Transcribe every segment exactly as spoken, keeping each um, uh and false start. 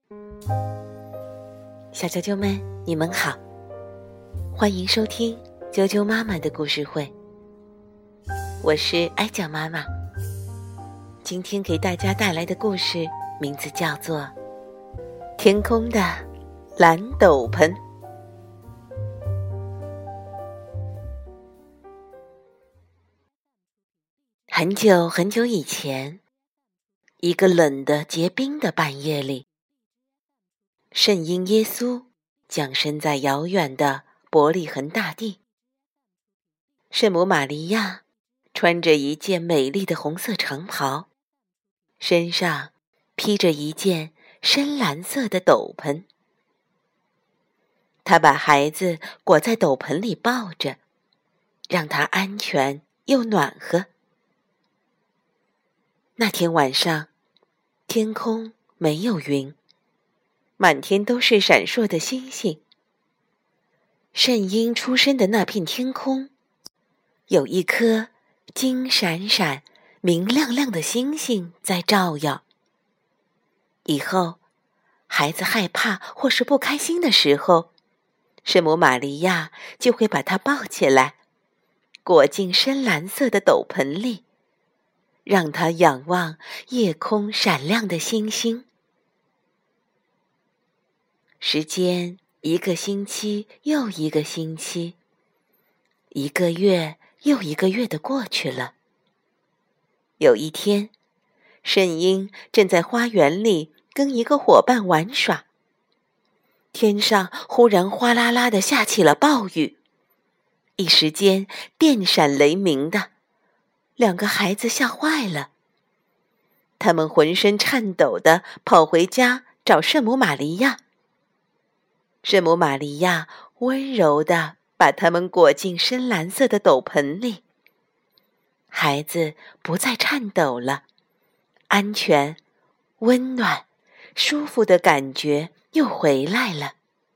小啾啾们，你们好，欢迎收听啾啾妈妈的故事会。我是艾酱妈妈，今天给大家带来的故事名字叫做《天空的蓝斗篷》。很久很久以前，一个冷的结冰的半夜里，圣婴耶稣降生在遥远的伯利恒大地。圣母玛利亚穿着一件美丽的红色长袍，身上披着一件深蓝色的斗篷。她把孩子裹在斗篷里抱着，让他安全又暖和。那天晚上，天空没有云，满天都是闪烁的星星。圣婴出生的那片天空，有一颗金闪闪、明亮亮的星星在照耀。以后，孩子害怕或是不开心的时候，圣母玛利亚就会把他抱起来，裹进深蓝色的斗篷里，让他仰望夜空闪亮的星星。时间一个星期又一个星期，一个月又一个月地过去了。有一天，圣婴正在花园里跟一个伙伴玩耍，天上忽然哗啦啦地下起了暴雨，一时间电闪雷鸣的，两个孩子吓坏了。他们浑身颤抖地跑回家找圣母玛利亚。圣母玛利亚温柔地把他们裹进深蓝色的斗篷里，孩子不再颤抖了，安全、温暖、舒服的感觉又回来了。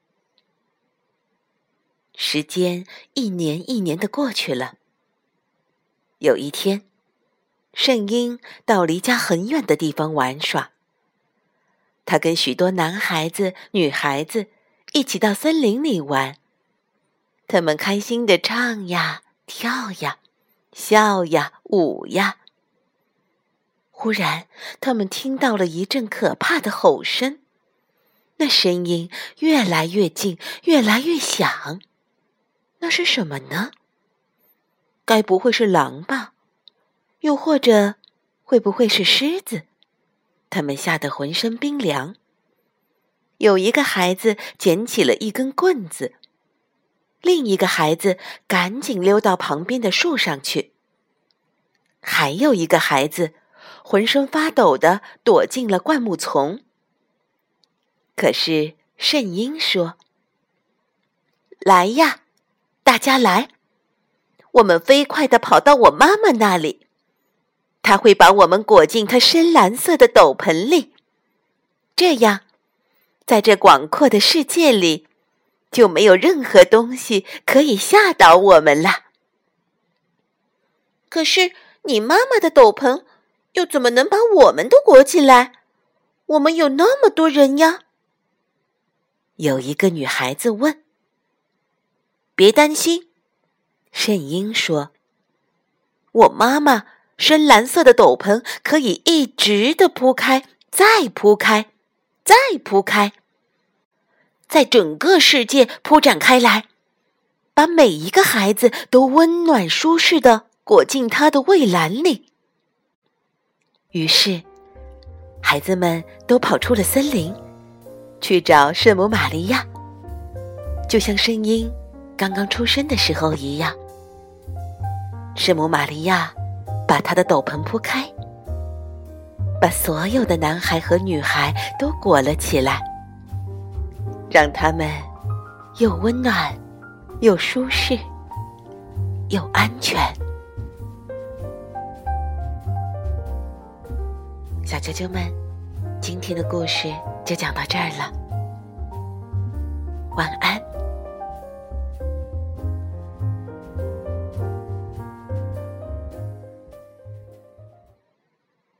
时间一年一年地过去了。有一天，圣婴到离家很远的地方玩耍，他跟许多男孩子、女孩子一起到森林里玩，他们开心地唱呀、跳呀、笑呀、舞呀。忽然，他们听到了一阵可怕的吼声，那声音越来越近，越来越响。那是什么呢？该不会是狼吧？又或者，会不会是狮子？他们吓得浑身冰凉。有一个孩子捡起了一根棍子，另一个孩子赶紧溜到旁边的树上去。还有一个孩子浑身发抖地躲进了灌木丛。可是圣婴说：“来呀，大家来，我们飞快地跑到我妈妈那里，她会把我们裹进她深蓝色的斗篷里，这样在这广阔的世界里，就没有任何东西可以吓倒我们了。”可是你妈妈的斗篷又怎么能把我们都裹起来？我们有那么多人呀。有一个女孩子问。别担心，圣婴说，我妈妈深蓝色的斗篷可以一直地铺开，再铺开，再铺开，在整个世界铺展开来，把每一个孩子都温暖舒适地裹进她的蔚蓝里。于是，孩子们都跑出了森林，去找圣母玛利亚，就像圣婴刚刚出生的时候一样。圣母玛利亚把她的斗篷铺开，把所有的男孩和女孩都裹了起来，让他们又温暖又舒适又安全。小啾啾们，今天的故事就讲到这儿了，晚安。